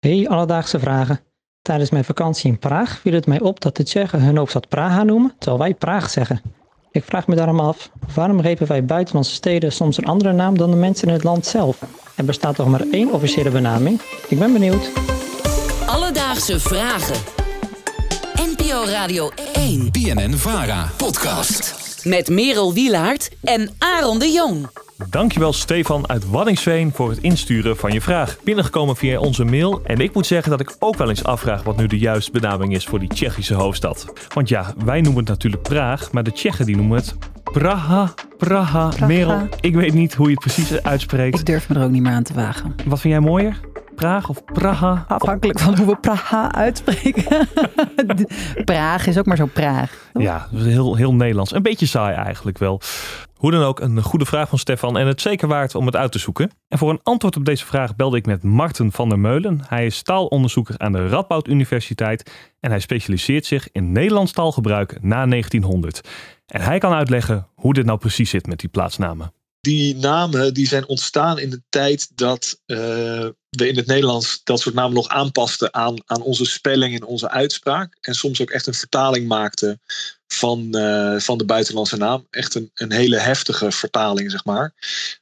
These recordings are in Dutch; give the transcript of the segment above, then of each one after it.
Hey, alledaagse vragen. Tijdens mijn vakantie in Praag viel het mij op dat de Tsjechen hun hoofdstad Praha noemen, terwijl wij Praag zeggen. Ik vraag me daarom af, waarom geven wij buitenlandse steden soms een andere naam dan de mensen in het land zelf? Er bestaat toch maar één officiële benaming? Ik ben benieuwd. Alledaagse vragen. NPO Radio 1. BNN-Vara podcast. Met Merel Wielaert en Aaron de Jong. Dankjewel Stefan uit Waddinxveen voor het insturen van je vraag. Binnengekomen via onze mail. En ik moet zeggen dat ik ook wel eens afvraag wat nu de juiste benaming is voor die Tsjechische hoofdstad. Want ja, wij noemen het natuurlijk Praag, maar de Tsjechen die noemen het Praha. Merel, ik weet niet hoe je het precies uitspreekt. Ik durf me er ook niet meer aan te wagen. Wat vind jij mooier? Praag of Praha? Afhankelijk van hoe we Praha uitspreken. Praag is ook maar zo Praag. Ja, dat is heel Nederlands. Een beetje saai eigenlijk wel. Hoe dan ook, een goede vraag van Stefan en het zeker waard om het uit te zoeken. En voor een antwoord op deze vraag belde ik met Marten van der Meulen. Hij is taalonderzoeker aan de Radboud Universiteit en hij specialiseert zich in Nederlands taalgebruik na 1900. En hij kan uitleggen hoe dit nou precies zit met die plaatsnamen. Die namen die zijn ontstaan in de tijd dat we in het Nederlands dat soort namen nog aanpasten aan onze spelling en onze uitspraak. En soms ook echt een vertaling maakten van de buitenlandse naam. Echt een hele heftige vertaling, zeg maar.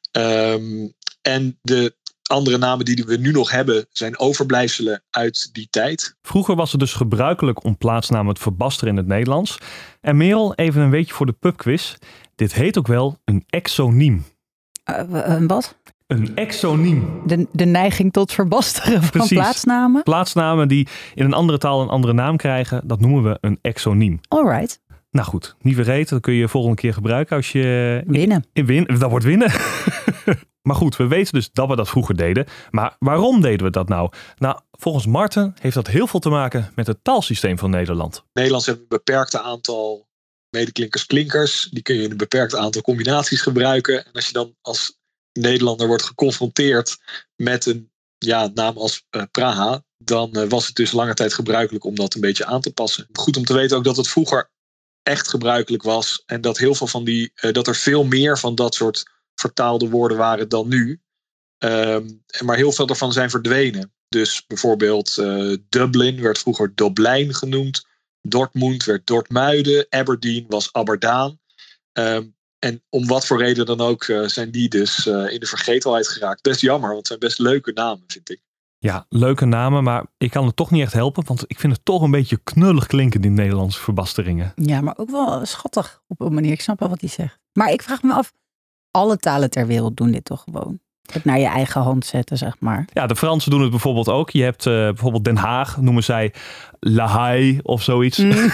En de andere namen die we nu nog hebben zijn overblijfselen uit die tijd. Vroeger was het dus gebruikelijk om plaatsnamen te verbasteren in het Nederlands. En Merel, even een weetje voor de pubquiz. Dit heet ook wel een exoniem. Wat? Een exoniem. De neiging tot verbasteren van plaatsnamen? Plaatsnamen die in een andere taal een andere naam krijgen, dat noemen we een exoniem. Alright. Nou goed, niet vergeten, dat kun je volgende keer gebruiken als je... Winnen. Dat wordt winnen. Maar goed, we weten dus dat we dat vroeger deden. Maar waarom deden we dat nou? Nou, volgens Marten heeft dat heel veel te maken met het taalsysteem van Nederland. Nederlands hebben een beperkt aantal medeklinkers-klinkers. Die kun je in een beperkt aantal combinaties gebruiken. En als je dan als Nederlander wordt geconfronteerd met een naam als Praha, dan was het dus lange tijd gebruikelijk om dat een beetje aan te passen. Goed om te weten ook dat het vroeger echt gebruikelijk was. En dat heel veel van dat er veel meer van dat soort vertaalde woorden waren dan nu. Maar heel veel daarvan zijn verdwenen. Dus bijvoorbeeld Dublin werd vroeger Doblijn genoemd. Dortmund werd Dortmuiden. Aberdeen was Aberdaan. En om wat voor reden dan ook zijn die dus in de vergetelheid geraakt. Best jammer, want het zijn best leuke namen, vind ik. Ja, leuke namen, maar ik kan het toch niet echt helpen. Want ik vind het toch een beetje knullig klinken, die Nederlandse verbasteringen. Ja, maar ook wel schattig op een manier. Ik snap wel wat hij zegt. Maar ik vraag me af, alle talen ter wereld doen dit toch gewoon? Het naar je eigen hand zetten, zeg maar. Ja, de Fransen doen het bijvoorbeeld ook. Je hebt bijvoorbeeld Den Haag, noemen zij La Haye of zoiets.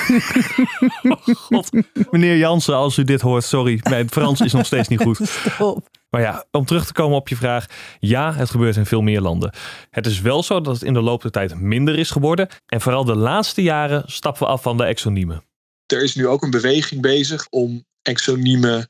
Oh, God, meneer Jansen, als u dit hoort, sorry. Mijn Frans is nog steeds niet goed. Stop. Maar ja, om terug te komen op je vraag. Ja, het gebeurt in veel meer landen. Het is wel zo dat het in de loop der tijd minder is geworden. En vooral de laatste jaren stappen we af van de exoniemen. Er is nu ook een beweging bezig om exoniemen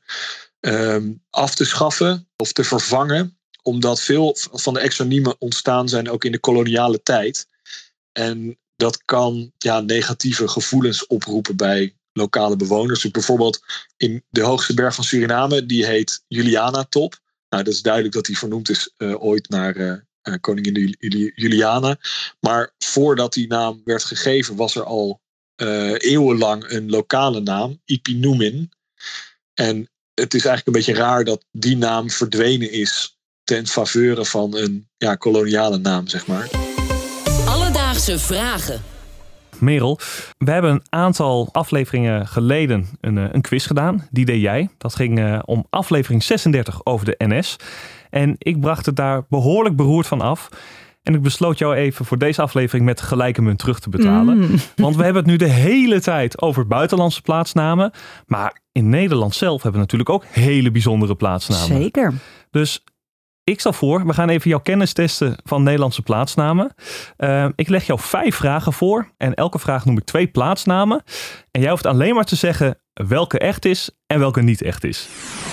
af te schaffen of te vervangen. Omdat veel van de exoniemen ontstaan zijn ook in de koloniale tijd. En dat kan negatieve gevoelens oproepen bij lokale bewoners. Dus bijvoorbeeld in de hoogste berg van Suriname, die heet Juliana-top. Nou, dat is duidelijk dat die vernoemd is ooit naar koningin Juliana. Maar voordat die naam werd gegeven was er al eeuwenlang een lokale naam, Ipinoumin. En het is eigenlijk een beetje raar dat die naam verdwenen is ten faveur van een koloniale naam, zeg maar. Alledaagse vragen. Merel, we hebben een aantal afleveringen geleden een quiz gedaan. Die deed jij. Dat ging om aflevering 36 over de NS. En ik bracht het daar behoorlijk beroerd van af. En ik besloot jou even voor deze aflevering met gelijke munt terug te betalen. Want we hebben het nu de hele tijd over buitenlandse plaatsnamen. Maar in Nederland zelf hebben we natuurlijk ook hele bijzondere plaatsnamen. Zeker. Dus ik stel voor, we gaan even jouw kennis testen van Nederlandse plaatsnamen. Ik leg jou 5 vragen voor. En elke vraag noem ik 2 plaatsnamen. En jij hoeft alleen maar te zeggen welke echt is en welke niet echt is.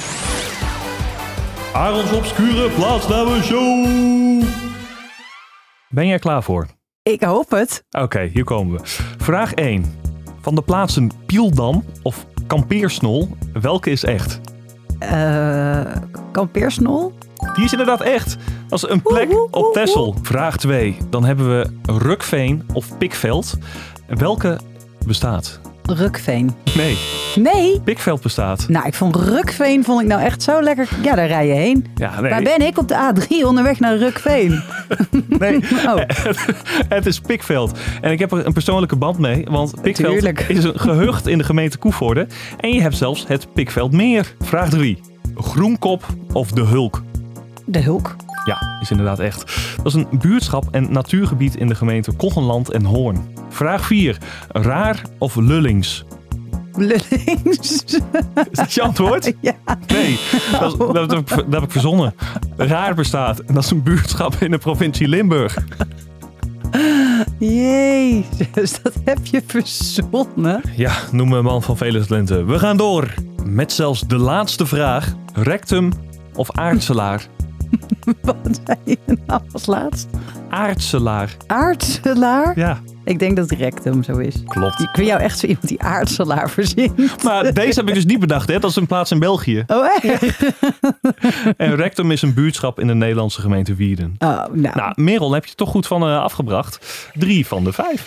Arons Obscure Plaatsnamen Show. Ben jij er klaar voor? Ik hoop het. Oké, hier komen we. Vraag 1. Van de plaatsen Pieldam of Kampeersnol, welke is echt? Kampeersnol? Die is inderdaad echt. Als een plek op Texel. Vraag 2. Dan hebben we Rukveen of Pikveld. Welke bestaat? Rukveen. Nee, Nee? Pikveld bestaat. Nou, ik vond Rukveen nou echt zo lekker. Ja, daar rij je heen. Ja, nee. Waar ben ik? Op de A3 onderweg naar Rukveen. Nee, Oh. het is Pikveld. En ik heb er een persoonlijke band mee. Want Pikveld Tuurlijk. is een gehucht in de gemeente Koevoorde. En je hebt zelfs het Pikveldmeer. Vraag 3. Groenkop of de Hulk? De Hulk. Ja, is inderdaad echt. Dat is een buurtschap en natuurgebied in de gemeente Koggenland en Hoorn. Vraag 4. Raar of Lullings? Lullings. Is dat je antwoord? Ja. Nee, dat heb ik verzonnen. Raar bestaat. En dat is een buurtschap in de provincie Limburg. Jezus, dat heb je verzonnen. Ja, noem me een man van vele talenten. We gaan door met zelfs de laatste vraag. Rectum of aardselaar? Wat zei je nou als laatst? Aardselaar. Aardselaar? Ja, Ik denk dat het rectum zo is. klopt. Ik vind jou echt zo iemand die aardselaar verzint. Maar deze heb ik dus niet bedacht, hè? Dat is een plaats in België. Oh, echt? En Rectum is een buurtschap in de Nederlandse gemeente Wierden. Oh, nou. Nou, Merel, heb je er toch goed van afgebracht. 3 van de 5.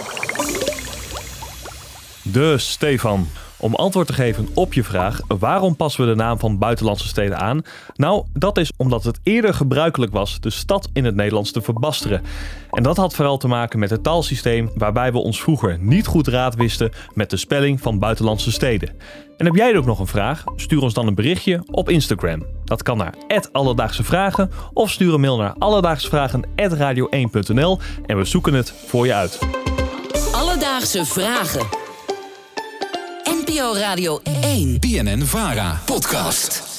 Dus, Stefan, om antwoord te geven op je vraag, waarom passen we de naam van buitenlandse steden aan? Nou, dat is omdat het eerder gebruikelijk was de stad in het Nederlands te verbasteren. En dat had vooral te maken met het taalsysteem waarbij we ons vroeger niet goed raad wisten met de spelling van buitenlandse steden. En heb jij ook nog een vraag? Stuur ons dan een berichtje op Instagram. Dat kan naar @alledaagsevragen of stuur een mail naar alledaagsvragen@radio1.nl en we zoeken het voor je uit. Alledaagse vragen. NPO Radio 1. BNN-VARA podcast.